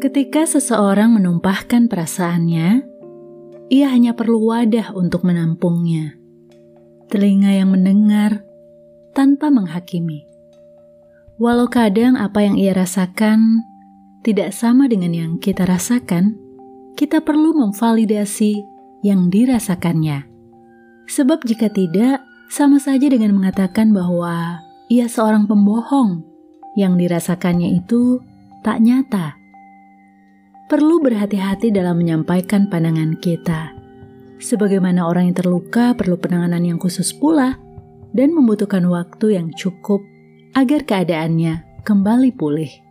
Ketika seseorang menumpahkan perasaannya, ia hanya perlu wadah untuk menampungnya, telinga yang mendengar tanpa menghakimi. Walau kadang apa yang ia rasakan tidak sama dengan yang kita rasakan, kita perlu memvalidasi yang dirasakannya. Sebab jika tidak, sama saja dengan mengatakan bahwa ia seorang pembohong yang dirasakannya itu tak nyata. Perlu berhati-hati dalam menyampaikan pandangan kita. Sebagaimana orang yang terluka perlu penanganan yang khusus pula dan membutuhkan waktu yang cukup agar keadaannya kembali pulih.